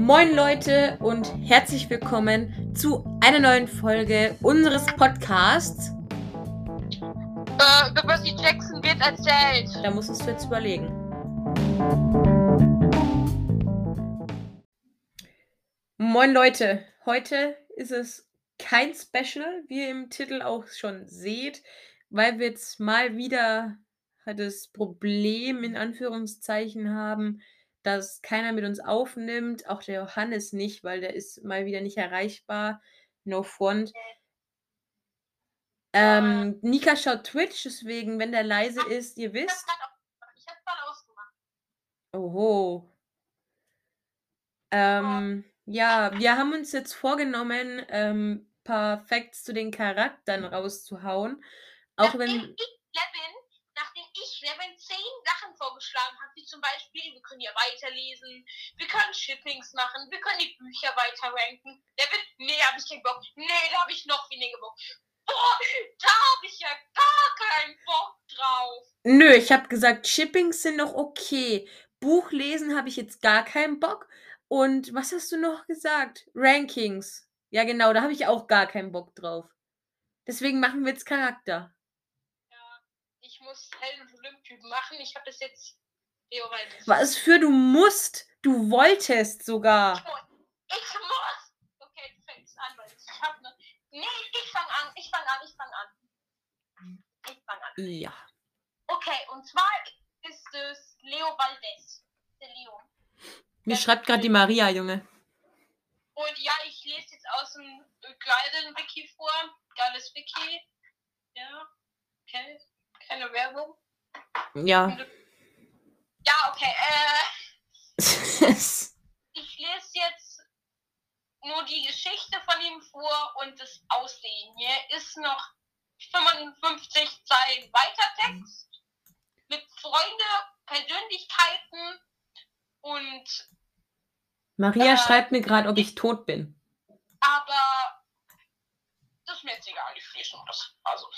Moin Leute und herzlich willkommen zu einer neuen Folge unseres Podcasts. The Percy Jackson wird erzählt. Da musstest du jetzt überlegen. Moin Leute, heute ist es kein Special, wie ihr im Titel auch schon seht, weil wir jetzt mal wieder das Problem in Anführungszeichen haben, dass keiner mit uns aufnimmt, auch der Johannes nicht, weil der ist mal wieder nicht erreichbar. No front. Nika schaut Twitch, deswegen, wenn der leise ist, ihr wisst. Ich hab's gerade ausgemacht. Oho. Ja, wir haben uns jetzt vorgenommen, paar Facts zu den Charakteren rauszuhauen. Auch wenn. Nachdem ich Levin 10 Sachen vorgeschlagen habe, wie zum Beispiel, wir können ja weiterlesen, wir können Shippings machen, wir können die Bücher weiter ranken. Levin, nee, hab ich keinen Bock. Nee, da habe ich noch weniger Bock. Boah, da habe ich ja gar keinen Bock drauf. Nö, ich habe gesagt, Shippings sind noch okay. Buchlesen habe ich jetzt gar keinen Bock. Und was hast du noch gesagt? Rankings. Ja, genau, da habe ich auch gar keinen Bock drauf. Deswegen machen wir jetzt Charakter. Ja, ich muss Helden- und Olymp-Typen machen. Ich habe das jetzt theoretisch. Was für du musst? Du wolltest sogar. Ich muss! Okay, du fängst an, weil ich habe ne. Nee, ich fange an. Ich fange an. Ja. Okay, und zwar ist es Leo Valdez. Der Leo. Mir schreibt gerade die Maria, Junge. Und ja, ich lese jetzt aus dem geilen Wiki vor. Geiles Wiki. Ja. Okay. Keine Werbung. Ja. Ja, okay. Ich lese jetzt nur die Geschichte von ihm vor und das Aussehen. Hier ist noch 55 Zeilen weiter Text mit Freunde, Persönlichkeiten und Maria schreibt mir gerade, ob ich tot bin. aber das ist mir jetzt egal, ich lese nur das. Also,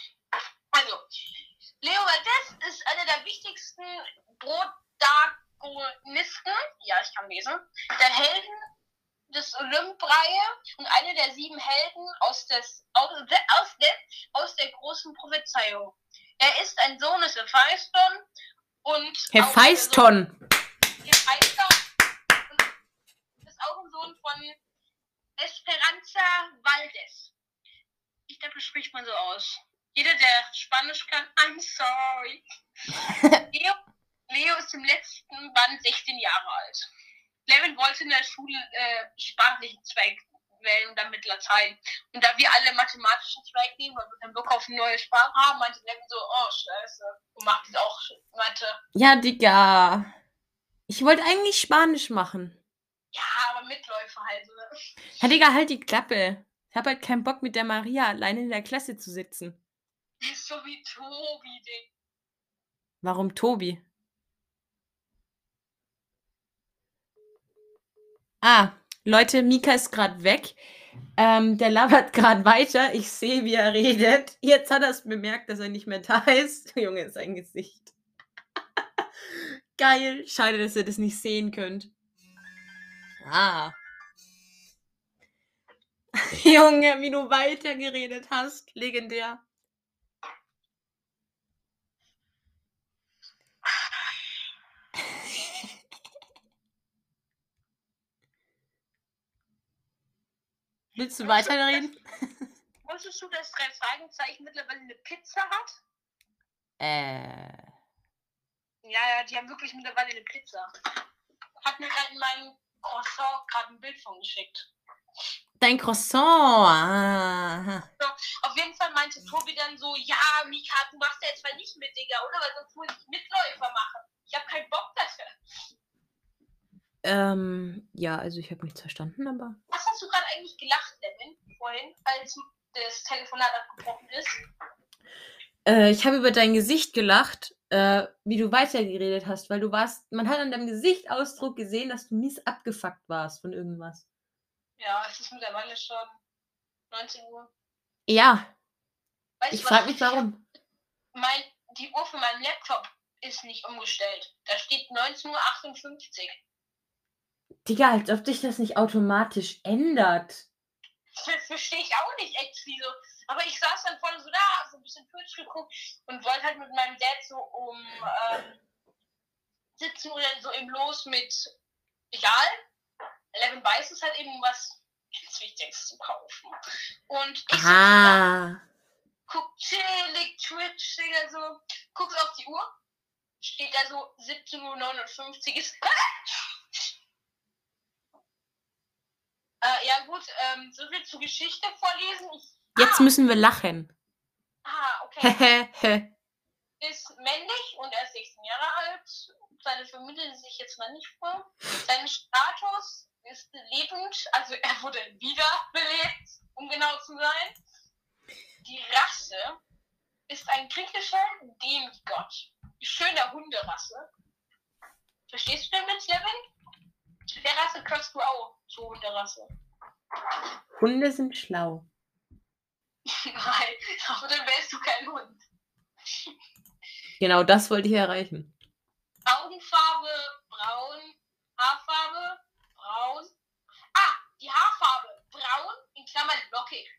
Leo Valdez ist einer der wichtigsten Protagonisten, ja, ich kann lesen, der Helden des Olymp-Reihe und einer der 7 Helden aus der großen Prophezeiung. Er ist ein Sohn des Hephaiston und Hephaiston ist auch ein Sohn von Esperanza Valdez. Ich glaube, das spricht man so aus. Jeder, der Spanisch kann, I'm sorry. Leo ist im letzten Band 16 Jahre alt. Levin wollte in der Schule sprachlichen Zweig wählen und dann mit Latein. Und da wir alle mathematischen Zweig nehmen, weil wir keinen Bock auf eine neue Sprache haben, meinte Levin so, oh, scheiße. Und macht es auch, meinte. Ja, Digga. Ich wollte eigentlich Spanisch machen. Ja, aber Mitläufer halt, oder? Ja, Digga, halt die Klappe. Ich habe halt keinen Bock, mit der Maria alleine in der Klasse zu sitzen. Ist so wie Tobi, Ding. Warum Tobi? Leute, Mika ist gerade weg. Der labert gerade weiter. Ich sehe, wie er redet. Jetzt hat er es bemerkt, dass er nicht mehr da ist. Junge, sein Gesicht. Geil. Schade, dass ihr das nicht sehen könnt. Junge, wie du weitergeredet hast. Legendär. Willst du weiterreden? Wusstest du, dass 3 Fragezeichen mittlerweile eine Pizza hat? Ja, die haben wirklich mittlerweile eine Pizza. Hat mir gerade in meinem Croissant gerade ein Bild von geschickt. Dein Croissant. So, auf jeden Fall meinte Tobi dann so, ja, Mika, du machst ja jetzt mal nicht mit, Digga, oder? Weil sonst muss ich Mitläufer machen. Ich habe keinen Bock dafür. Ja, also ich habe nichts verstanden, aber... Was hast du gerade eigentlich gelacht, Levin, vorhin, als das Telefonat abgebrochen ist? Ich habe über dein Gesicht gelacht, wie du weitergeredet hast, weil du warst... Man hat an deinem Gesichtsausdruck gesehen, dass du mies abgefuckt warst von irgendwas. Ja, es ist mittlerweile schon 19 Uhr. Ja. Weißt ich frage mich, warum. Die Uhr von meinem Laptop ist nicht umgestellt. Da steht 19:58 Uhr. Digga, als ob sich das nicht automatisch ändert. Das verstehe ich auch nicht, echt so. Aber ich saß dann vorne so da, so ein bisschen Twitch geguckt und wollte halt mit meinem Dad so um 17 Uhr dann so eben los mit, egal, 11 weiß es halt eben was ganz Wichtiges zu kaufen. Und ich so guck chillig, Twitch, Digga, so, guckst auf die Uhr, steht da so 17:59 Uhr ist. Ja gut, so viel zur Geschichte vorlesen. Jetzt müssen wir lachen. Okay. Ist männlich und er ist 16 Jahre alt. Seine Familie sich jetzt mal nicht vor. Sein Status ist lebend, also er wurde wiederbelebt, um genau zu sein. Die Rasse ist ein griechischer Demigott. Schöner Hunderasse. Verstehst du denn mit Levin? Zu der Rasse gehörst du auch zur Hunderasse. Hunde sind schlau. Nein, aber dann wärst du kein Hund. Genau, das wollte ich erreichen. Augenfarbe braun, Haarfarbe braun. Die Haarfarbe braun in Klammern lockig.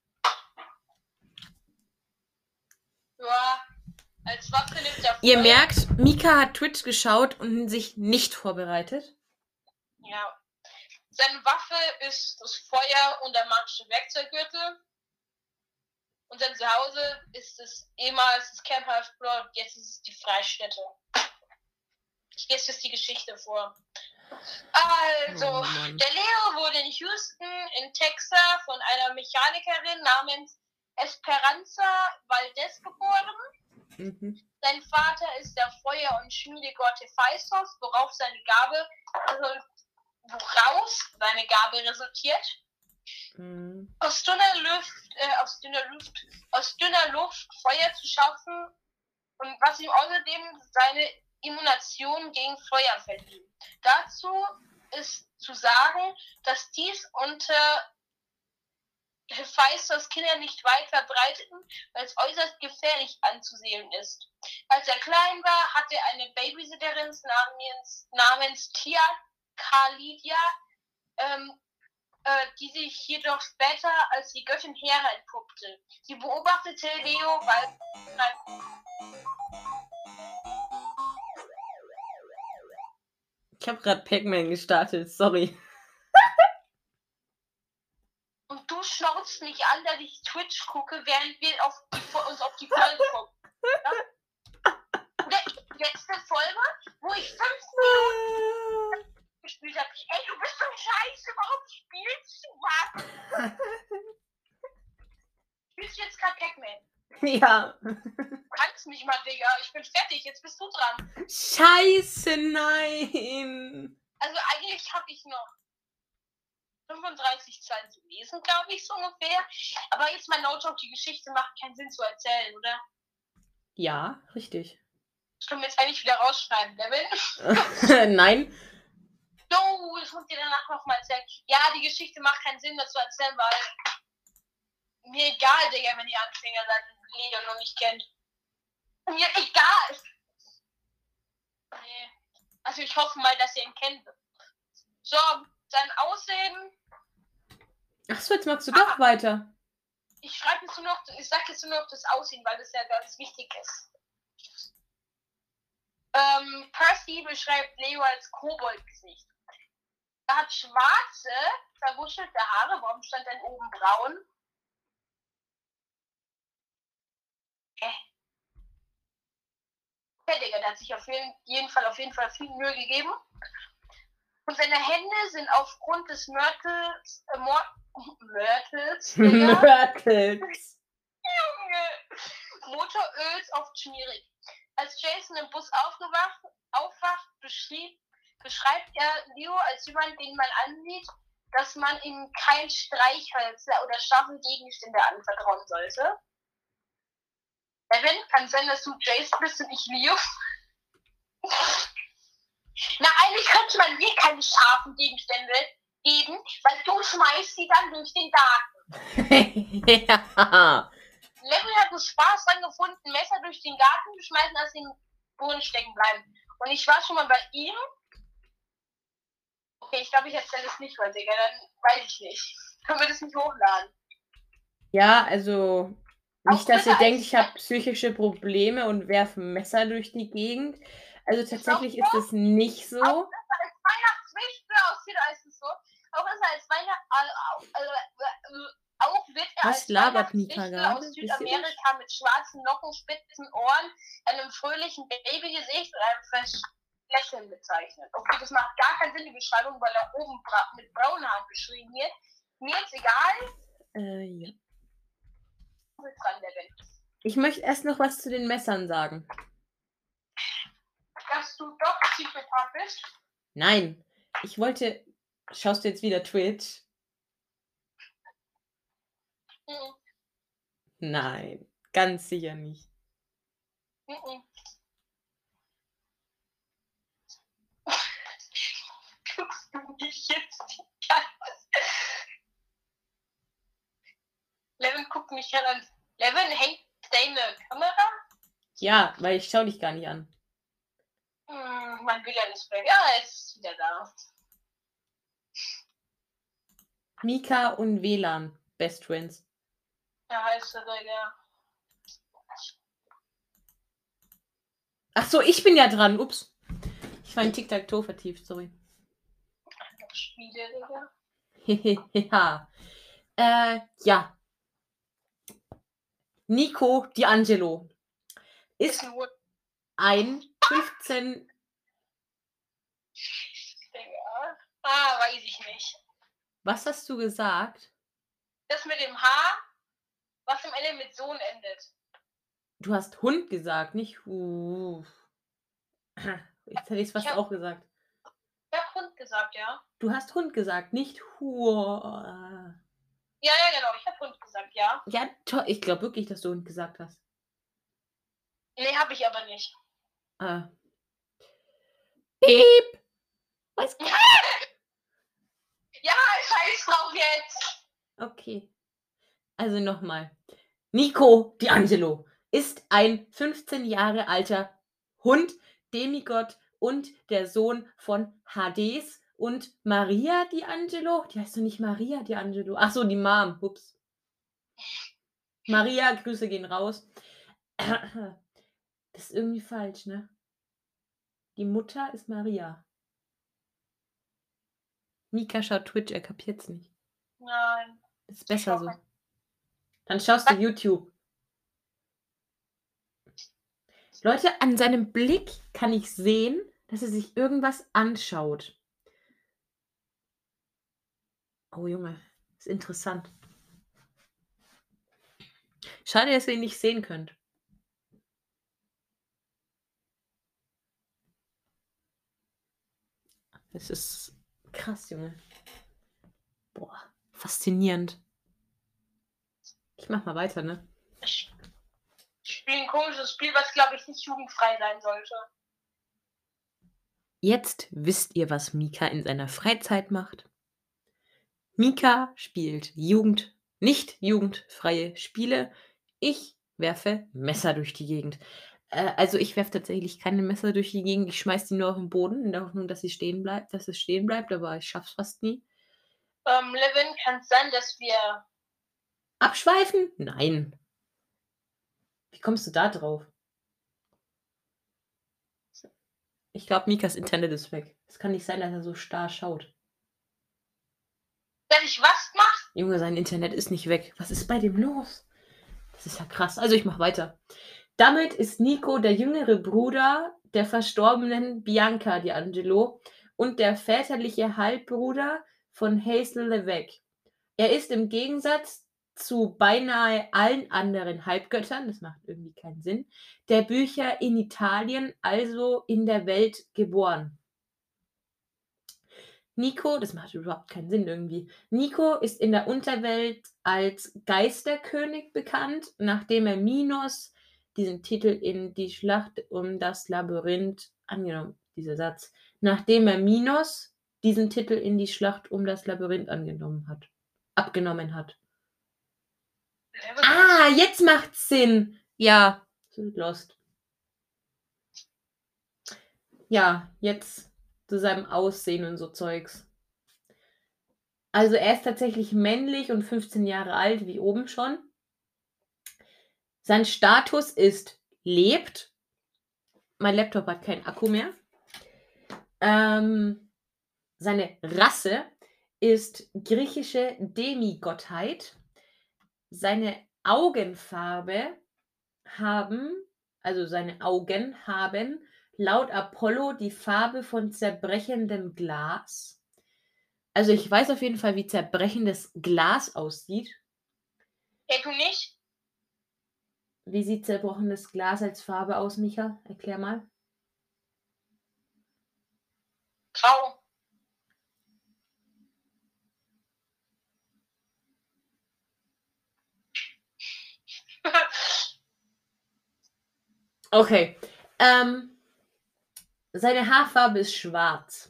Ja, als Waffe nimmt er Feuer. Ihr merkt, Mika hat Twitch geschaut und sich nicht vorbereitet. Ja. Seine Waffe ist das Feuer und der magische Werkzeuggürtel. Und sein Zuhause ist es ehemals das Camp Half-Blood, jetzt ist es die Freistätte. Ich lese jetzt die Geschichte vor. Also, der Leo wurde in Houston in Texas von einer Mechanikerin namens Esperanza Valdez geboren. Sein Vater ist der Feuer- und Schmiedegott Hephaistos, woraus seine Gabe resultiert. Aus dünner Luft Feuer zu schaffen und was ihm außerdem seine Immunation gegen Feuer verlieh. Dazu ist zu sagen, dass dies unter Hephaistos Kinder nicht weit verbreiteten, weil es äußerst gefährlich anzusehen ist. Als er klein war, hatte er eine Babysitterin namens Tia Kalidia, die sich jedoch später als die Göttin Hera entpuppte. Sie beobachtete Leo, weil ich habe gerade Pac-Man gestartet, sorry. Und du schnauzt mich an, dass ich Twitch gucke, während wir uns auf die Folge gucken. Ja? Oder die letzte Folge, wo ich 5 Minuten gespielt habe. Ey, du bist so scheiße, warum spielst du was? Spielst du jetzt gerade Pac-Man? Ja. Du kannst mich mal, Digga. Ich bin fertig, jetzt bist du dran. Scheiße, nein. Also eigentlich habe ich noch 35 Zeilen zu lesen, glaube ich, so ungefähr. Aber jetzt mal No Joke, die Geschichte macht keinen Sinn zu erzählen, oder? Ja, richtig. Das können wir jetzt eigentlich wieder rausschreiben, Levin. Nein. No, das muss ich dir danach nochmal erzählen. Ja, die Geschichte macht keinen Sinn, das zu erzählen, weil mir egal, Digga, wenn die Anfänger dann Leo noch nicht kennt. Mir egal. Nee. Also ich hoffe mal, dass ihr ihn kennt. So, sein Aussehen. Achso, jetzt machst du doch weiter. Ich sag jetzt nur noch das Aussehen, weil das ja ganz wichtig ist. Percy beschreibt Leo als Koboldgesicht. Er hat schwarze, verwuschelte Haare. Warum stand denn oben braun? Okay, Digga, der hat sich auf jeden Fall viel Mühe gegeben. Und seine Hände sind aufgrund des Mörtels, Motoröls oft schmierig. Als Jason im Bus aufwacht, beschreibt er Leo als jemand, den man ansieht, dass man ihm kein Streichhölzer oder scharfe Gegenstände anvertrauen sollte. Evan, kann sein, dass du Jason bist und ich Leo? Na, eigentlich könnte man mir keine scharfen Gegenstände geben, weil du schmeißt sie dann durch den Garten. Ja. Levin hat so Spaß dran gefunden, Messer durch den Garten zu schmeißen, dass sie im Boden stecken bleiben. Und ich war schon mal bei ihm. Okay, ich glaube, ich erzähle das nicht mal, Digga. Dann weiß ich nicht. Können wir das nicht hochladen? Ja, also nicht, Auch dass ihr besser denkt, als ich habe psychische Probleme und werfe Messer durch die Gegend. Also ist auch tatsächlich ist es nicht auch so. besser als Weihnachtswichtel aussieht, als es so. Auch besser als auch wird er Was als labert Mika Weihnachtswichtel gerade? aus Wisst ihr das? Südamerika mit schwarzen Locken, spitzen Ohren, einem fröhlichen Babygesicht und einem festen Lächeln bezeichnet. Okay, das macht gar keinen Sinn, die Beschreibung, weil er oben mit braunen Haaren beschrieben wird. Mir ist egal. Ja. Dran, der Wind. Ich möchte erst noch was zu den Messern sagen. Dass du doch Psychopath bist? Nein, ich wollte. Schaust du jetzt wieder Twitch? Mhm. Nein, ganz sicher nicht. Mhm. Guckst du mich jetzt an? Levin guckt mich an. Levin, hängt deine Kamera? Ja, weil ich schaue dich gar nicht an. Mein WLAN ist weg. Ja, er ist wieder da. Mika und WLAN, Best Friends. Ja, heißt er, Digga. Ach so, ich bin ja dran. Ups. Ich war in Tic-Tac-Toe vertieft, sorry. Spiele, Digga. Hehehe. Ja. Nico D'Angelo ist ein 15. Digga. Weiß ich nicht. Was hast du gesagt? Das mit dem H, was am Ende mit Sohn endet. Du hast Hund gesagt, nicht Huf. Jetzt hätte ich es fast auch gesagt. Ich hab Hund gesagt, ja. Du hast Hund gesagt, nicht Hur. Ja, genau. Ich hab Hund gesagt, ja. Ja, toll. Ich glaube wirklich, dass du Hund gesagt hast. Nee, hab ich aber nicht. Piep! Was? Ja, scheiß drauf jetzt. Okay. Also nochmal. Nico D'Angelo ist ein 15 Jahre alter Hund, Demigott und der Sohn von Hades und Maria D'Angelo. Die heißt doch nicht Maria D'Angelo. Ach so, die Mom. Ups. Maria, Grüße gehen raus. Das ist irgendwie falsch, ne? Die Mutter ist Maria. Mika schaut Twitch, er kapiert's nicht. Nein. Das ist besser so. Dann schaust du YouTube. Leute, an seinem Blick kann ich sehen, dass er sich irgendwas anschaut. Oh Junge, ist interessant. Schade, dass ihr ihn nicht sehen könnt. Das ist krass, Junge. Boah, faszinierend. Ich mach mal weiter, ne? Ich spiele ein komisches Spiel, was, glaube ich, nicht jugendfrei sein sollte. Jetzt wisst ihr, was Mika in seiner Freizeit macht. Mika spielt nicht jugendfreie Spiele. Ich werfe Messer durch die Gegend. Also ich werfe tatsächlich keine Messer durch die Gegend. Ich schmeiße die nur auf den Boden, in der Hoffnung, dass es stehen bleibt, aber ich schaff's fast nie. Levin, kann es sein, dass wir Abschweifen? Nein. Wie kommst du da drauf? Ich glaube, Mikas Internet ist weg. Es kann nicht sein, dass er so starr schaut. dass ich was mache? Junge, sein Internet ist nicht weg. Was ist bei dem los? Das ist ja krass. Also ich mache weiter. Damit ist Nico der jüngere Bruder der verstorbenen Bianca D'Angelo und der väterliche Halbbruder von Hazel Levesque. Er ist im Gegensatz zu beinahe allen anderen Halbgöttern, das macht irgendwie keinen Sinn, der Bücher in Italien, also in der Welt, geboren. Nico, das macht überhaupt keinen Sinn irgendwie. Nico ist in der Unterwelt als Geisterkönig bekannt, nachdem er Minos diesen Titel in die Schlacht um das Labyrinth angenommen, dieser Satz, nachdem er Minos diesen Titel in die Schlacht um das Labyrinth abgenommen hat. Jetzt macht's Sinn. Ja, lost. Ja, jetzt zu seinem Aussehen und so Zeugs. Also, er ist tatsächlich männlich und 15 Jahre alt, wie oben schon. Sein Status ist lebt. Mein Laptop hat keinen Akku mehr. Ähm, seine Rasse ist griechische Demigottheit. Seine Augenfarbe haben seine Augen haben laut Apollo die Farbe von zerbrechendem Glas. Also, ich weiß auf jeden Fall, wie zerbrechendes Glas aussieht. Hey, du nicht? Wie sieht zerbrochenes Glas als Farbe aus, Micha? Erklär mal. Grau. Okay. Seine Haarfarbe ist schwarz.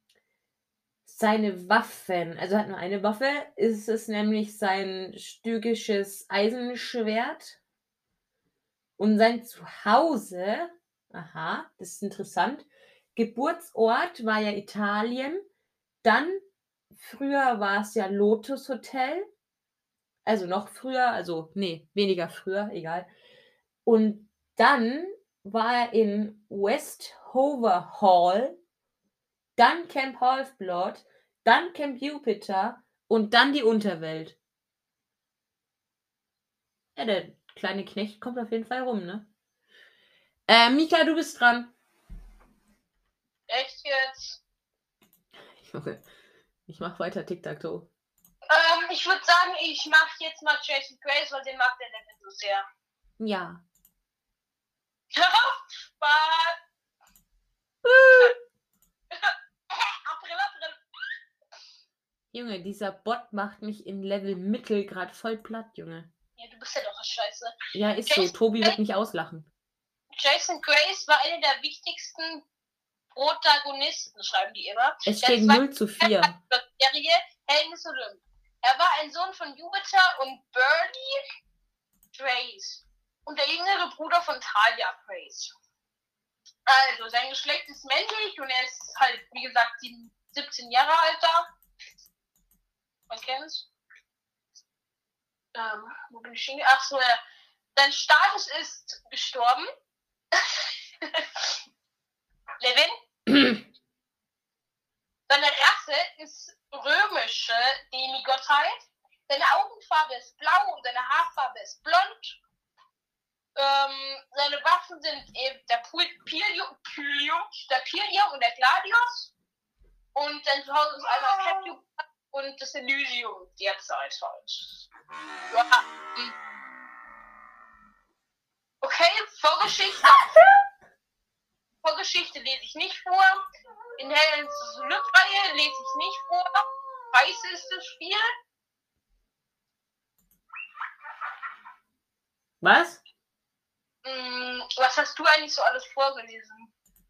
Seine Waffen, also er hat nur eine Waffe, ist es nämlich sein stygisches Eisenschwert. Und sein Zuhause, aha, das ist interessant. Geburtsort war ja Italien. Dann, früher war es ja Lotus Hotel. Also noch früher, also nee, weniger früher, egal. Und dann war er in Westover Hall, dann Camp Half-Blood, dann Camp Jupiter und dann die Unterwelt. Ja, der kleine Knecht kommt auf jeden Fall rum, ne? Mika, du bist dran. Echt jetzt? Okay. Ich mach weiter Tic-Tac-Toe. Ich würde sagen, ich mache jetzt mal Jason Grace, weil den mag der Devin so sehr. Ja. Spaß. April. Junge, dieser Bot macht mich in Level Mittel gerade voll platt, Junge. Ja, du bist ja doch eine Scheiße. Ja, ist so. Tobi wird mich auslachen. Jason Grace war einer der wichtigsten Protagonisten, schreiben die immer. Es steht 0:4. Serie Helden Olymp. Er war ein Sohn von Jupiter und Bernie Grace und der jüngere Bruder von Talia Grace. Also, sein Geschlecht ist männlich und er ist halt, wie gesagt, 17 Jahre alt da. Man kennt's. Wo bin ich hingegangen? Achso, ja. Sein Status ist gestorben. Levin? Seine Rasse ist römische Demigottheit. Seine Augenfarbe ist blau und seine Haarfarbe ist blond. Seine Waffen sind eben der Pilium und der Gladius. Und sein Zuhause ist einmal Capio und das Elysium derzeit halt. Ja. Okay, Vorgeschichte lese ich nicht vor. In Helens Olymp-Reihe lese ich nicht vor. Scheiße ist das Spiel. Was? Was hast du eigentlich so alles vorgelesen?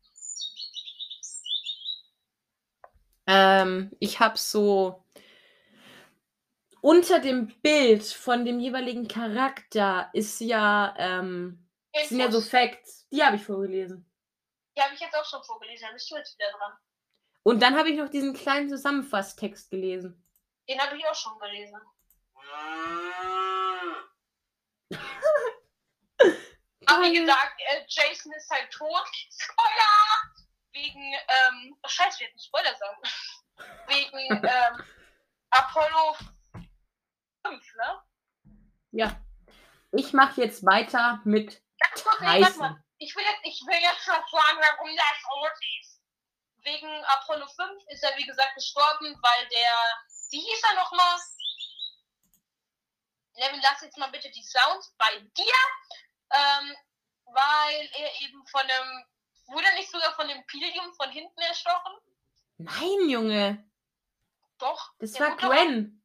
Ich habe so unter dem Bild von dem jeweiligen Charakter ist ja, sind ja so Facts. Die habe ich vorgelesen. Die habe ich jetzt auch schon vorgelesen. Dann bist du jetzt wieder dran. Und dann habe ich noch diesen kleinen Zusammenfasstext gelesen. Den habe ich auch schon gelesen. Aber wie gesagt, Jason ist halt tot. Spoiler! Wegen, scheiße, wir hätten Spoiler sagen. Wegen, Apollo 5, ne? Ja. Ich mache jetzt weiter mit Tyson. Ich will jetzt noch sagen, warum das rot ist. Wegen Apollo 5 ist er, wie gesagt, gestorben, weil wie hieß er nochmal? Levin, lass jetzt mal bitte die Sounds bei dir. Weil er eben wurde er nicht sogar von dem Pilium von hinten erstochen? Nein, Junge. Doch. Das war Gwen.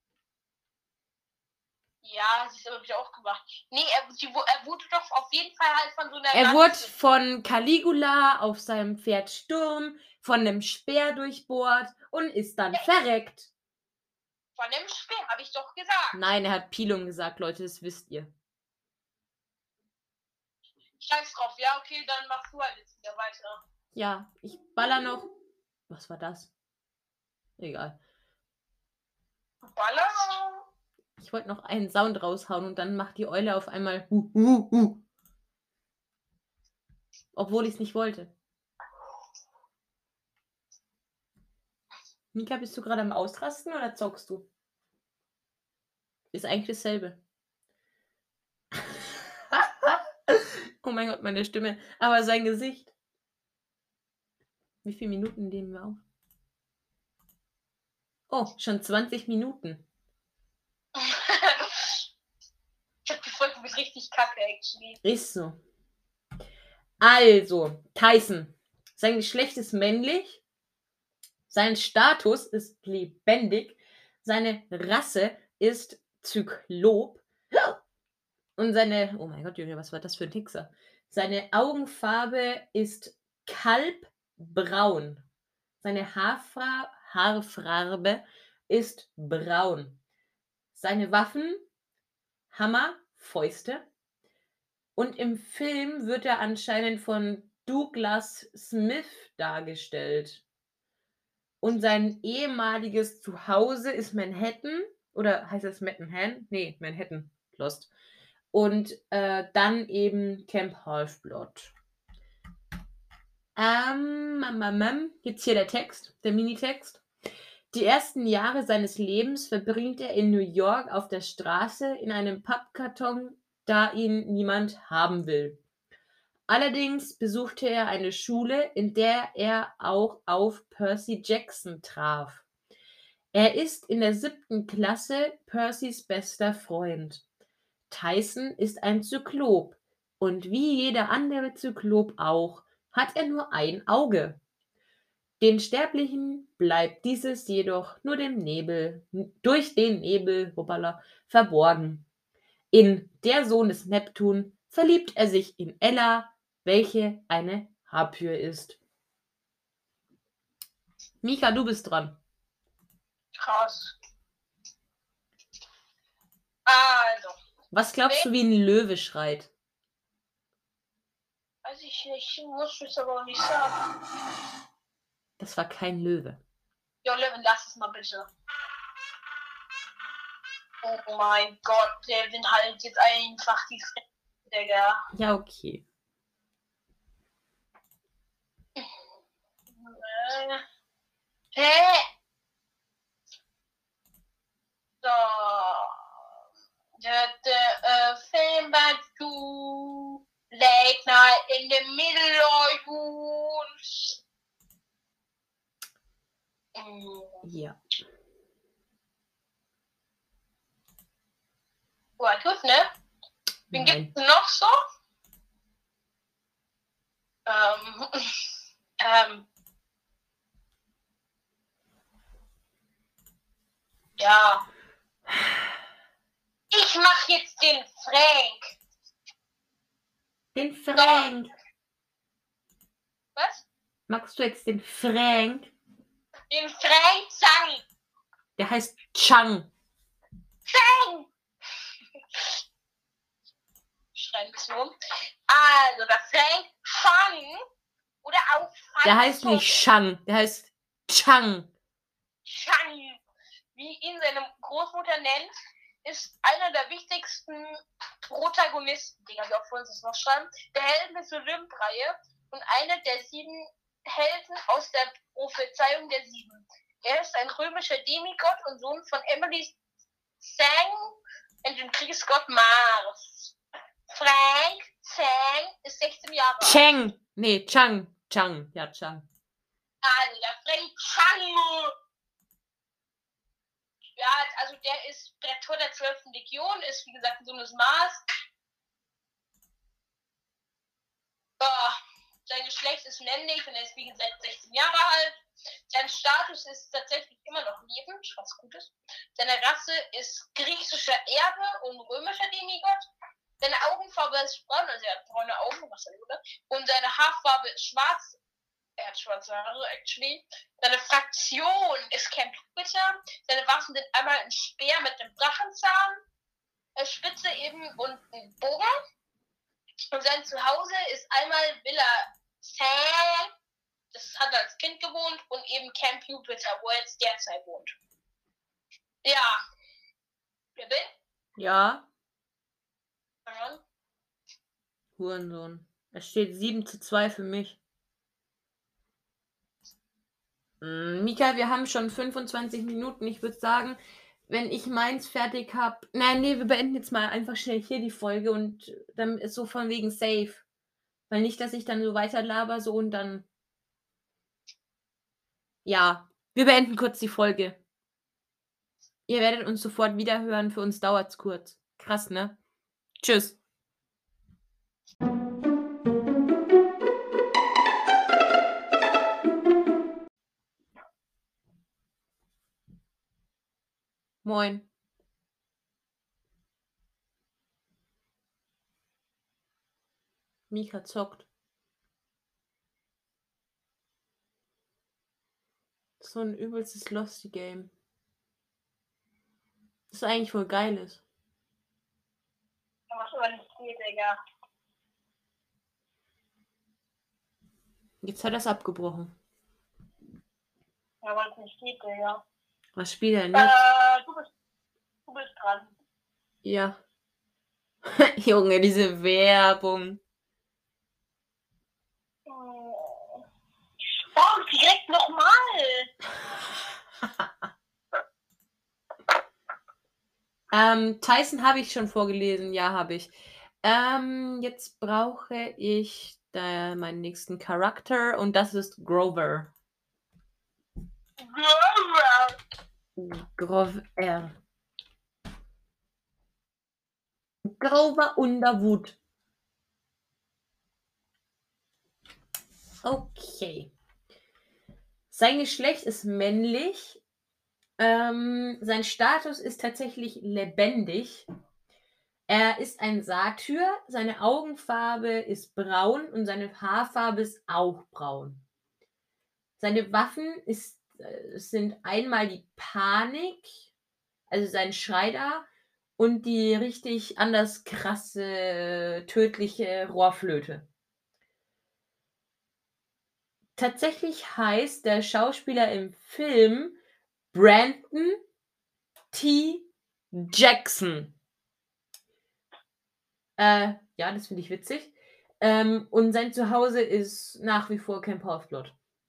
Ja, sie ist aber wieder aufgewacht. Nee, er wurde doch auf jeden Fall halt von so einer... Er wurde von Caligula auf seinem Pferd Sturm von einem Speer durchbohrt und ist dann verreckt. Von dem Speer, habe ich doch gesagt. Nein, er hat Pilum gesagt, Leute, das wisst ihr. Scheiß drauf, ja, okay, dann machst du halt jetzt wieder weiter. Ja, ich baller noch. Was war das? Egal. Ballern. Ich wollte noch einen Sound raushauen und dann macht die Eule auf einmal obwohl ich es nicht wollte. Mika, bist du gerade am Ausrasten oder zockst du? Ist eigentlich dasselbe. Oh mein Gott, meine Stimme. Aber sein Gesicht. Wie viele Minuten nehmen wir auf? Oh, schon 20 Minuten. Ich hab die Folge mit richtig kacke, actually. Ist so. Also, Tyson. Sein Geschlecht ist männlich. Sein Status ist lebendig. Seine Rasse ist Zyklop. Und seine, oh mein Gott, Junge, was war das für ein Hixer? Seine Augenfarbe ist kalbbraun. Seine Haarfarbe ist braun. Seine Waffen, Hammer, Fäuste. Und im Film wird er anscheinend von Douglas Smith dargestellt. Und sein ehemaliges Zuhause ist Manhattan. Oder heißt das Manhattan? Nee, Manhattan. Lost. Und dann eben Camp Half-Blood. Jetzt hier der Text, der Minitext. Die ersten Jahre seines Lebens verbringt er in New York auf der Straße in einem Pappkarton, da ihn niemand haben will. Allerdings besuchte er eine Schule, in der er auch auf Percy Jackson traf. Er ist in der 7. Klasse Percys bester Freund. Tyson ist ein Zyklop und wie jeder andere Zyklop auch, hat er nur ein Auge. Den Sterblichen bleibt dieses jedoch nur durch den Nebel verborgen. In Der Sohn des Neptun verliebt er sich in Ella, welche eine Harpyie ist. Mika, du bist dran. Krass. Also. Was glaubst du, wie ein Löwe schreit? Weiß ich nicht, muss ich aber auch nicht sagen. Das war kein Löwe. Jo, Levin, lass es mal bitte. Oh mein Gott, Levin, halt jetzt einfach die Fresse, Digga. Ja, okay. Hä? So. The film about you late night in the middle of you. Ja. Gut, ne? Wen gibt's noch so? Ja. Ich mach jetzt den Frank. Den Frank. Was? Magst du jetzt den Frank? Den Frank Zhang. Der heißt Chang. Chang. Schreiben wir so. Also, der Frank Chang oder auch Der heißt nicht Shang, der heißt Chang. Chang, wie ihn seine Großmutter nennt, ist einer der wichtigsten Protagonisten, Digga, wie auch vorhin das noch schreiben, der Helden des Olymp-Reihe und einer der 7 Helden aus der Prophezeiung der 7. Er ist ein römischer Demigott und Sohn von Emily Zhang und dem Kriegsgott Mars. Frank Zhang ist 16 Jahre alt. Chang. Nee, Chang. Chang. Ja, Chang. Also, der Frank Chang. Ja, also der ist der Tor der 12. Legion, ist wie gesagt ein Sohn des Mars. Sein Geschlecht ist männlich und er ist wie gesagt 16 Jahre alt. Sein Status ist tatsächlich immer noch lebend, was gut ist. Seine Rasse ist griechischer Erbe und römischer Demigott. Seine Augenfarbe ist braun, also er hat braune Augen, was er würde. Und seine Haarfarbe ist schwarz. Er hat schwarze Haare, actually. Seine Fraktion ist Camp Jupiter. Seine Waffen sind einmal ein Speer mit einem Drachenzahn, eine Spitze eben und ein Bogen. Und sein Zuhause ist einmal Villa Sam, das hat er als Kind gewohnt, und eben Camp Jupiter, wo er jetzt derzeit wohnt. Ja. Wer bin? Ja, Ja. Hurensohn. Es steht 7:2 für mich. Mika, wir haben schon 25 Minuten. Ich würde sagen, wenn ich meins fertig habe. Nein, nee, wir beenden jetzt mal einfach schnell hier die Folge und dann ist so von wegen safe. Weil nicht, dass ich dann so weiter laber so und dann. Ja, wir beenden kurz die Folge. Ihr werdet uns sofort wieder hören. Für uns dauert's kurz. Krass, ne? Tschüss. Moin. Mika zockt. So ein übelstes Losty Game. Das eigentlich voll geil ist. Was aber nicht geht, Digga. Jetzt hat er's abgebrochen. Ja, weil es nicht geht, Digga. Was spielt er nicht? Du bist dran. Ja. Junge, diese Werbung. Warum direkt nochmal? Tyson habe ich schon vorgelesen. Ja, habe ich. Jetzt brauche ich meinen nächsten Charakter und das ist Grover. Grover. Grover Underwood. Okay. Sein Geschlecht ist männlich. Sein Status ist tatsächlich lebendig. Er ist ein Satyr. Seine Augenfarbe ist braun und seine Haarfarbe ist auch braun. Seine Waffen sind einmal die Panik, also sein Schrei da, und die richtig anders krasse, tödliche Rohrflöte. Tatsächlich heißt der Schauspieler im Film Brandon T. Jackson. Ja, das finde ich witzig. Und sein Zuhause ist nach wie vor Camp Half-Blood.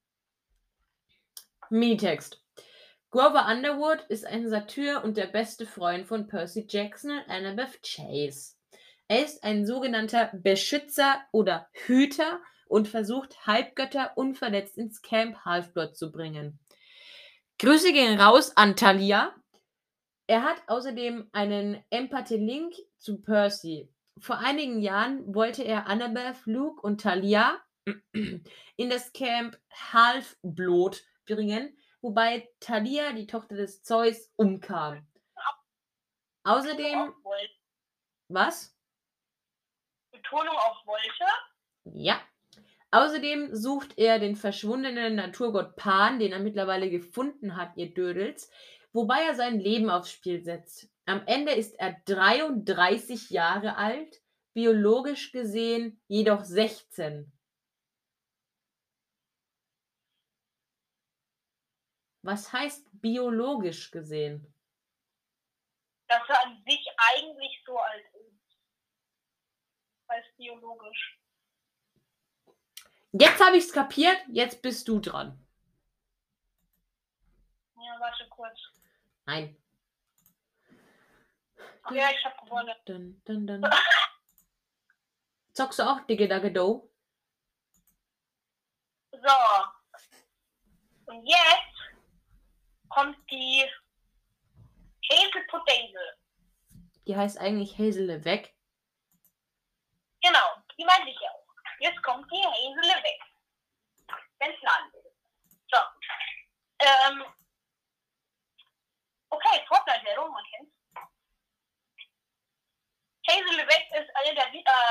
Minitext. Grover Underwood ist ein Satyr und der beste Freund von Percy Jackson und Annabeth Chase. Er ist ein sogenannter Beschützer oder Hüter und versucht, Halbgötter unverletzt ins Camp Half-Blood zu bringen. Grüße gehen raus an Talia. Er hat außerdem einen Empathie-Link zu Percy. Vor einigen Jahren wollte er Annabeth, Luke und Talia in das Camp Half-Blood bringen, wobei Talia, die Tochter des Zeus, umkam. Außerdem. Was? Betonung auf wollte? Ja. Außerdem sucht er den verschwundenen Naturgott Pan, den er mittlerweile gefunden hat, ihr Dödels, wobei er sein Leben aufs Spiel setzt. Am Ende ist er 33 Jahre alt, biologisch gesehen jedoch 16. Was heißt biologisch gesehen? Dass er an sich eigentlich so alt ist. Heißt biologisch. Jetzt habe ich es kapiert, jetzt bist du dran. Ja, warte kurz. Nein. Ach ja, ich habe gewonnen. Dun. Zockst du auch Digge-Dagge-Do? So. Und jetzt kommt die Hazel Potato. Die heißt eigentlich Hazel weg. Genau, die meinte ich auch. Jetzt kommt die Hazel weg. Wenn Plan will. So. Okay, Fortnite-Werbung, man kennt's. Hazel Levesque ist eine der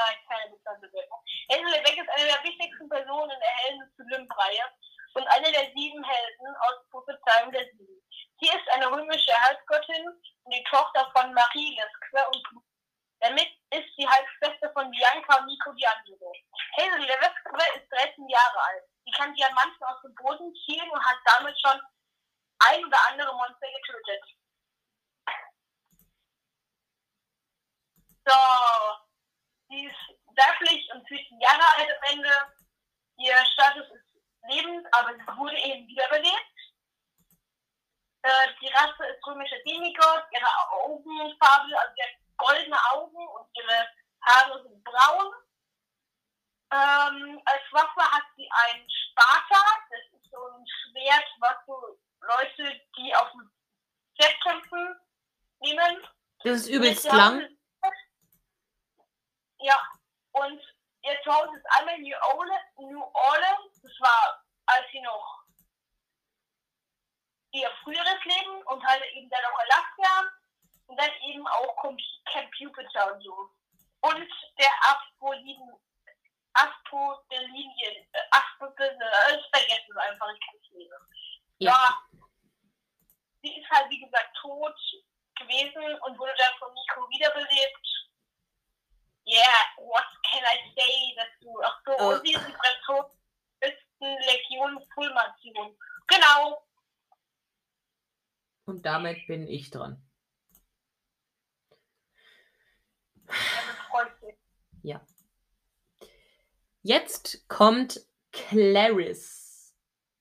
wichtigsten Personen in der Helden zu Olymp-Reihe und eine der 7 Helden aus Prophezeiung der 7. Sie ist eine römische Herzgöttin und die Tochter von Marie Lesque und Blut. Damit ist sie Halbschwester von Bianca und Nico D'Angelo. Hazel Levesque ist 13 Jahre alt. Sie kann Diamanten aus dem Boden ziehen und hat damit schon ein oder andere Monster getötet. So, sie ist weiblich und 14 Jahre alt am Ende. Ihr Status ist lebend, aber sie wurde eben wiederbelebt. Die Rasse ist römischer Demigod, ihre Augenfarbe, also sie hat goldene Augen und ihre Haare sind braun. Als Waffe hat sie ein Sparta, das ist so ein Schwert, was so Leute, die auf dem Pferd kämpfen, nehmen. Das ist übelst lang. Ja, und ihr Zuhause ist einmal New Orleans, das war, als sie noch ihr früheres Leben und halt eben dann auch Alaska und dann eben auch Camp Jupiter und so. Und der ich vergesse es einfach, ich kann es lesen. Ja, sie ist halt wie gesagt tot gewesen und wurde dann von Nico wiederbelebt. Yeah, what can I say dazu? Ach so, und sie ist die Legion Fulmation. Genau. Und damit bin ich dran. Ja. Jetzt kommt Clarice.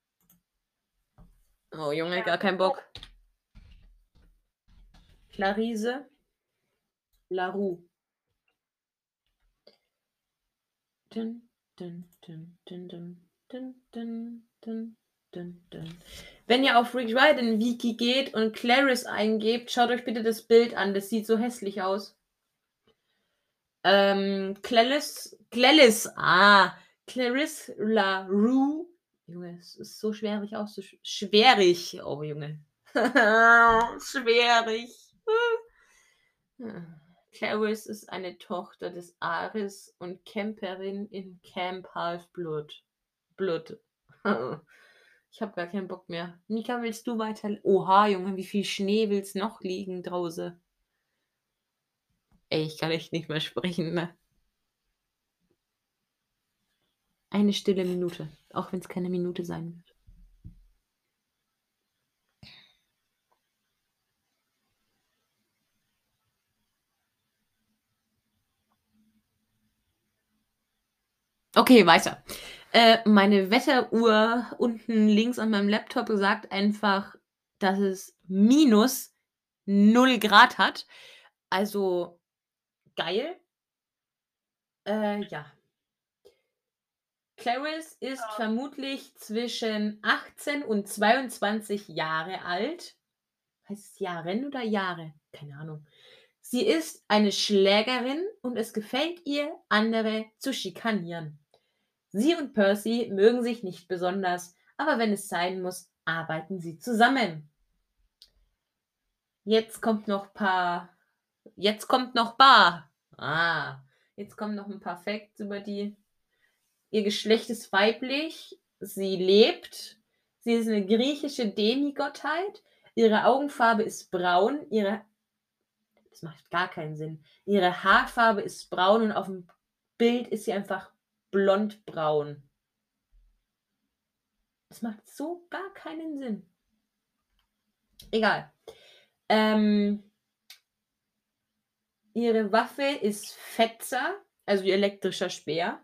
Oh Junge, gar kein Bock. Clarice Larue. Dun, dun, dun, dun, dun, dun, dun, dun, dun, dun. Wenn ihr auf Rick Riordan Wiki geht und Clarice eingebt, schaut euch bitte das Bild an. Das sieht so hässlich aus. Clarice Larue. Junge, es ist so schwierig auszusprechen. Schwierig. Oh, Junge. Schwierig. Clarice ist eine Tochter des Ares und Camperin in Camp Half-Blood. Ich habe gar keinen Bock mehr. Mika, willst du weiter? Oha, Junge, wie viel Schnee will's noch liegen draußen? Ey, ich kann echt nicht mehr sprechen, ne? Eine stille Minute, auch wenn es keine Minute sein wird. Okay, weiter. Meine Wetteruhr unten links an meinem Laptop sagt einfach, dass es minus 0 Grad hat. Also geil. Ja. Clarice ist vermutlich zwischen 18 und 22 Jahre alt. Heißt es Jahren oder Jahre? Keine Ahnung. Sie ist eine Schlägerin und es gefällt ihr, andere zu schikanieren. Sie und Percy mögen sich nicht besonders, aber wenn es sein muss, arbeiten sie zusammen. Jetzt kommt noch ein paar Facts über die. Ihr Geschlecht ist weiblich, sie lebt, sie ist eine griechische Demigottheit, ihre Augenfarbe ist braun, das macht gar keinen Sinn. Ihre Haarfarbe ist braun und auf dem Bild ist sie einfach blondbraun. Das macht so gar keinen Sinn. Egal. Ihre Waffe ist Fetzer, also ihr elektrischer Speer.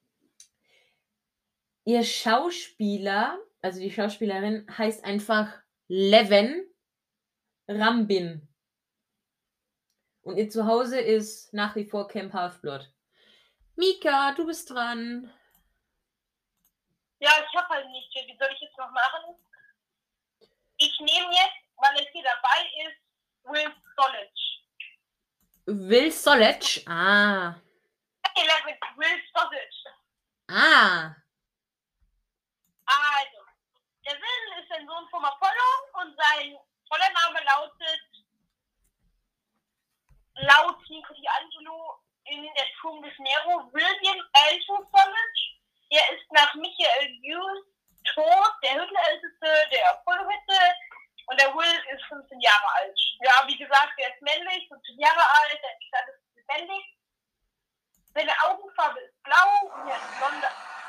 Ihr Schauspieler, also die Schauspielerin, heißt einfach Leven Rambin. Und ihr Zuhause ist nach wie vor Camp Half-Blood. Mika, du bist dran. Ja, ich habe halt nicht. Wie soll ich jetzt noch machen? Ich nehme jetzt, weil es hier dabei ist, Will Solich. Will Solich? Ah. Will Solich. Ah. Also, der Will ist ein Sohn von Apollo und sein voller Name lautet, laut Nico D'Angelo in der Turm des Nero, William Elton Solich. Er ist nach Michael Hughes tot, der Hüttenälteste der Apollo-Hütte, und der Will ist 15 Jahre alt. Ja, wie gesagt, er ist männlich, 15 Jahre alt, der Stadt ist lebendig. Seine Augenfarbe ist blau und er ist blonde.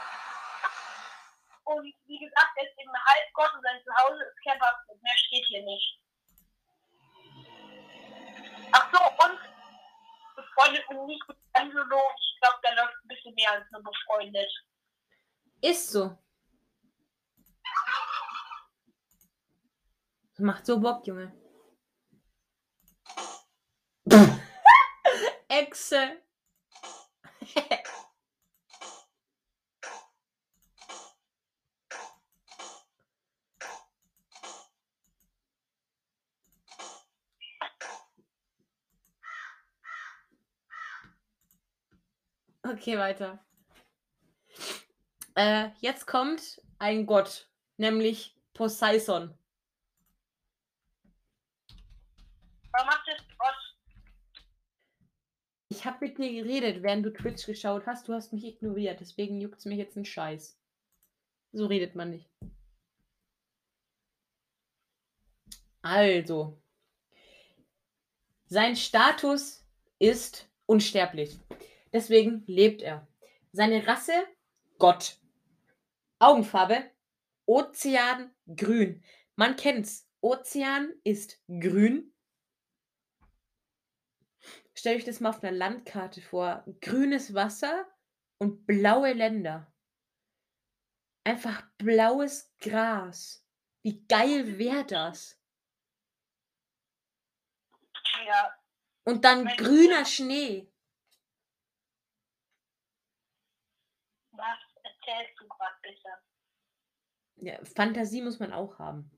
Und wie gesagt, er ist eben Halbgott und sein Zuhause ist Camp Half-Blood. Mehr steht hier nicht. Ach so, und befreundet mit Nico Angelo. Ich glaube, der läuft ein bisschen mehr als nur befreundet. Ist so. Macht so Bock, Junge. Echse. Okay, weiter. Jetzt kommt ein Gott, nämlich Poseidon. Warum macht das Gott? Ich habe mit dir geredet, während du Twitch geschaut hast. Du hast mich ignoriert, deswegen juckt es mich jetzt einen Scheiß. So redet man nicht. Also, sein Status ist unsterblich. Deswegen lebt er. Seine Rasse? Gott. Augenfarbe? Ozeangrün. Man kennt's. Ozean ist grün. Stellt euch das mal auf einer Landkarte vor. Grünes Wasser und blaue Länder. Einfach blaues Gras. Wie geil wäre das? Ja. Und dann grüner Schnee. Was erzählst du gerade besser? Ja, Fantasie muss man auch haben.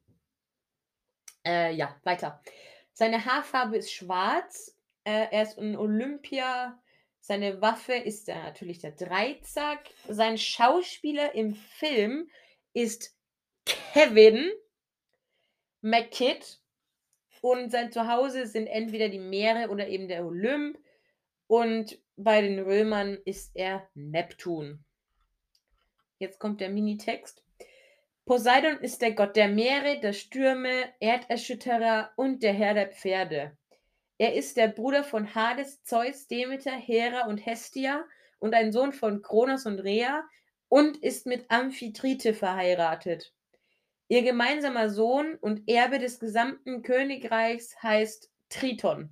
Ja, weiter. Seine Haarfarbe ist schwarz. Er ist ein Olympia. Seine Waffe ist natürlich der Dreizack. Sein Schauspieler im Film ist Kevin McKidd. Und sein Zuhause sind entweder die Meere oder eben der Olymp. Und bei den Römern ist er Neptun. Jetzt kommt der Minitext. Poseidon ist der Gott der Meere, der Stürme, Erderschütterer und der Herr der Pferde. Er ist der Bruder von Hades, Zeus, Demeter, Hera und Hestia und ein Sohn von Kronos und Rhea und ist mit Amphitrite verheiratet. Ihr gemeinsamer Sohn und Erbe des gesamten Königreichs heißt Triton.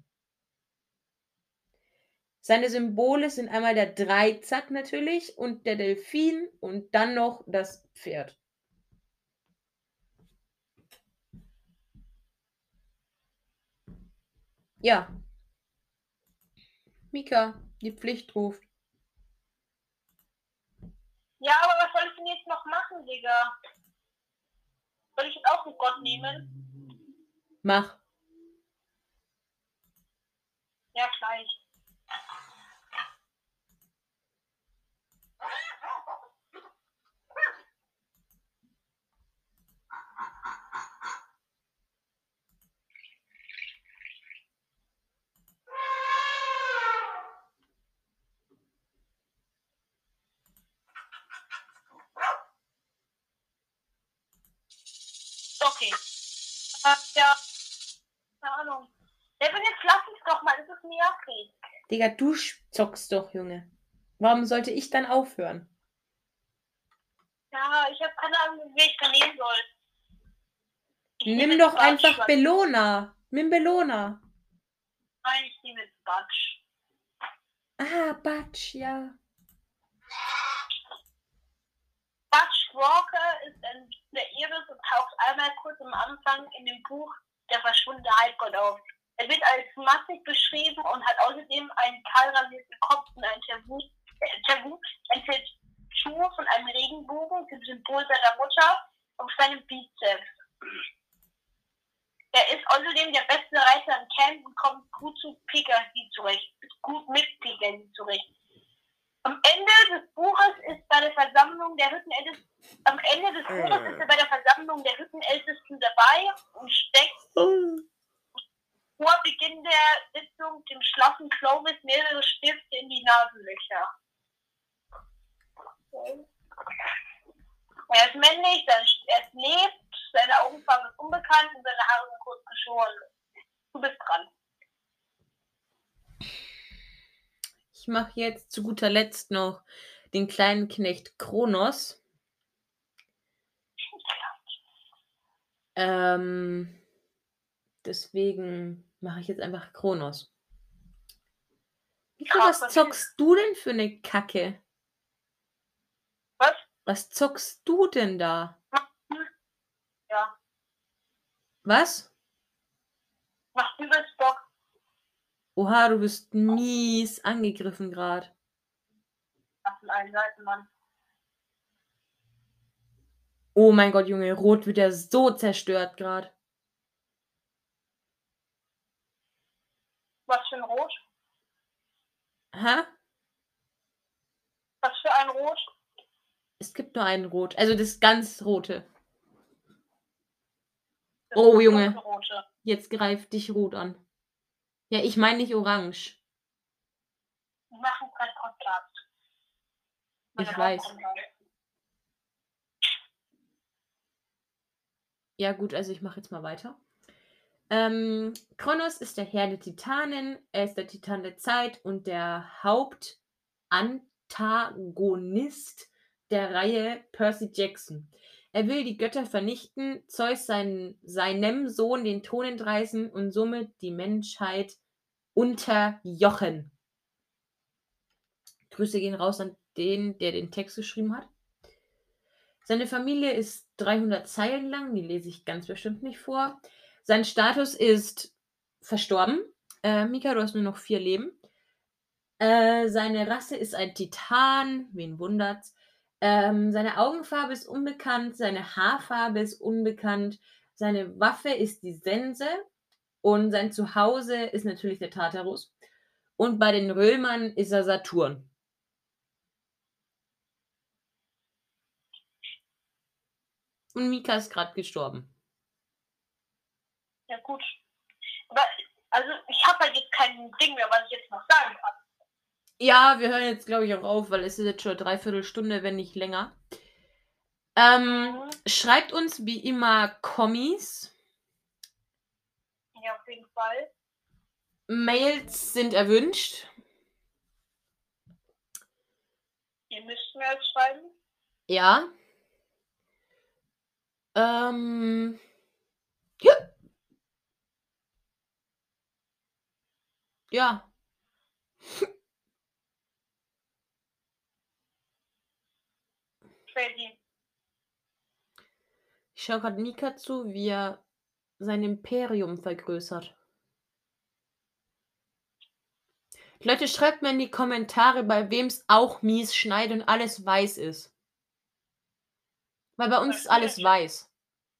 Seine Symbole sind einmal der Dreizack natürlich und der Delfin und dann noch das Pferd. Ja. Mika, die Pflicht ruft. Ja, aber was soll ich denn jetzt noch machen, Digga? Soll ich jetzt auch einen Gott nehmen? Mach. Ja, gleich. Okay. Ja. Keine Ahnung. Devin, jetzt lass es doch mal, das ist nervig. Digga, du zockst doch, Junge. Warum sollte ich dann aufhören? Ja, ich habe keine Ahnung, wie ich da nehmen soll. Nimm doch einfach Bellona. Nimm Bellona. Nein, ich nehme jetzt Batsch. Ah, Batsch, ja. Batsch Walker ist ein der Iris und taucht einmal kurz am Anfang in dem Buch Der verschwundene Halbgott auf. Er wird als massig beschrieben und hat außerdem einen kahlrasierten Kopf und ein Tattoo von einem Regenbogen, dem Symbol seiner Mutter, auf seinem Bizeps. Er ist außerdem der beste Reiter im Camp und kommt gut mit Picardie zurecht. Am Ende des Buches ist bei der Versammlung der Hüttenältesten dabei und steckt vor Beginn der Sitzung dem schlaffen Clovis mehrere Stifte in die Nasenlöcher. Er ist männlich, er lebt, seine Augenfarbe ist unbekannt und seine Haare sind kurz geschoren. Du bist dran. Ich mache jetzt zu guter Letzt noch den kleinen Knecht Kronos. Deswegen mache ich jetzt einfach Kronos. Mika, was zockst du denn für eine Kacke? Was? Was zockst du denn da? Ja, Was? macht übelst Bock. Oha, du bist mies angegriffen gerade. Ach, von allen Seiten, Mann. Oh mein Gott, Junge, Rot wird ja so zerstört gerade. Was für ein Rot? Hä? Was für ein Rot? Es gibt nur einen Rot. Also das ganz Rote. Das Oh, ist Junge. dunkelrote. Jetzt greift dich Rot an. Ja, ich meine nicht orange. Wir machen keinen Podcast. Ich weiß. Ja gut, also ich mache jetzt mal weiter. Kronos ist der Herr der Titanen, er ist der Titan der Zeit und der Hauptantagonist der Reihe Percy Jackson. Er will die Götter vernichten, Zeus seinem Sohn den Thron entreißen und somit die Menschheit unterjochen. Grüße gehen raus an den, der den Text geschrieben hat. Seine Familie ist 300 Zeilen lang, die lese ich ganz bestimmt nicht vor. Sein Status ist verstorben. Mika, du hast nur noch 4 Leben. Seine Rasse ist ein Titan, wen wundert's. Seine Augenfarbe ist unbekannt, seine Haarfarbe ist unbekannt, seine Waffe ist die Sense und sein Zuhause ist natürlich der Tartarus. Und bei den Römern ist er Saturn. Und Mika ist gerade gestorben. Ja, gut. Aber, also, ich habe halt jetzt kein Ding mehr, was ich jetzt noch sagen kann. Ja, wir hören jetzt, glaube ich, auch auf, weil es ist jetzt schon eine Dreiviertelstunde, wenn nicht länger. Schreibt uns wie immer Kommis. Ja, auf jeden Fall. Mails sind erwünscht. Ihr müsst Mails schreiben. Ja. Ja. Ja. Crazy. Ich schaue gerade Mika zu, wie er sein Imperium vergrößert. Leute, schreibt mir in die Kommentare, bei wem es auch mies schneit und alles weiß ist. Weil bei uns ist alles weiß.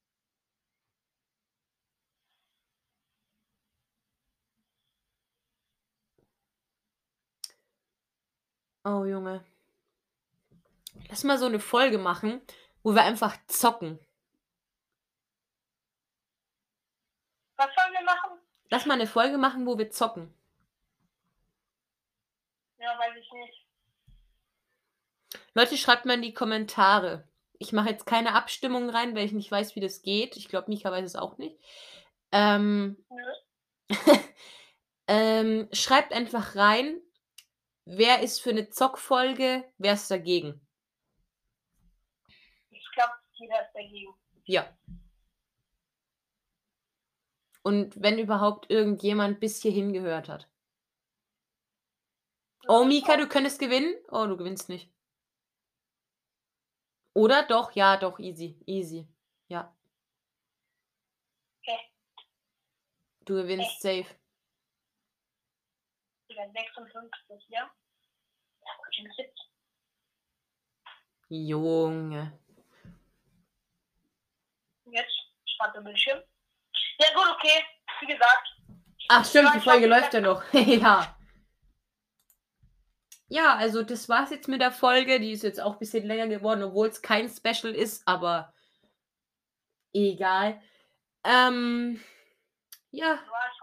Oh, Junge. Lass mal so eine Folge machen, wo wir einfach zocken. Was sollen wir machen? Lass mal eine Folge machen, wo wir zocken. Ja, weiß ich nicht. Leute, schreibt mal in die Kommentare. Ich mache jetzt keine Abstimmung rein, weil ich nicht weiß, wie das geht. Ich glaube, Mika weiß es auch nicht. Schreibt einfach rein, wer ist für eine Zockfolge, wer ist dagegen. Ich glaube, jeder ist dagegen. Ja. Und wenn überhaupt irgendjemand bis hierhin gehört hat. Oh, Mika, du könntest gewinnen? Oh, du gewinnst nicht. Oder? Doch, ja, doch, easy, easy. Ja. Okay. Du gewinnst safe. 56, ja? Junge. Jetzt schwarz im Bildschirm. Ja, gut, okay. Wie gesagt. Ach, stimmt, die Folge läuft ja noch. Ja. Ja, also das war's jetzt mit der Folge. Die ist jetzt auch ein bisschen länger geworden, obwohl es kein Special ist, aber egal. Ja.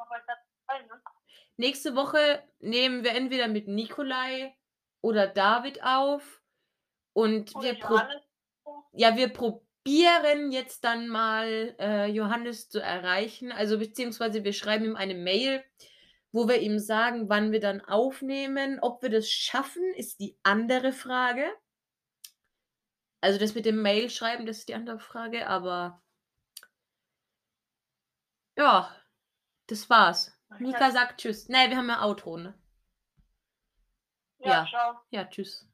Nächste Woche nehmen wir entweder mit Nikolai oder David auf. Und wir probieren jetzt dann mal Johannes zu erreichen. Also beziehungsweise wir schreiben ihm eine Mail, wo wir ihm sagen, wann wir dann aufnehmen. Ob wir das schaffen, ist die andere Frage. Also das mit dem Mail schreiben, das ist die andere Frage, aber ja, das war's. Mika sagt tschüss. Nee, wir haben ja Outro, ne? Ja. Ciao. Ja, tschüss.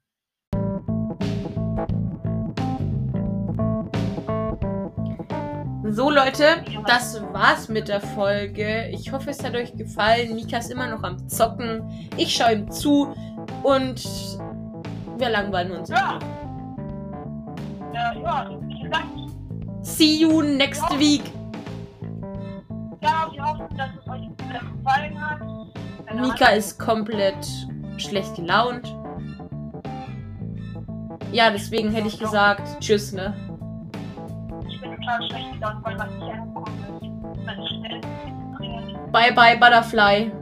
So Leute, das war's mit der Folge. Ich hoffe, es hat euch gefallen. Mika ist immer noch am Zocken. Ich schaue ihm zu und wir langweilen uns. Ja. Wie gesagt, See you next week. ja, wir hoffen, dass es euch wieder gefallen hat. Mika ist komplett schlecht gelaunt. Ja, deswegen hätte ich gesagt, tschüss, ne? Ich bin total schlecht gelaunt, weil was nicht angekommen ist. Weil ich schnell dringend. Bye bye Butterfly.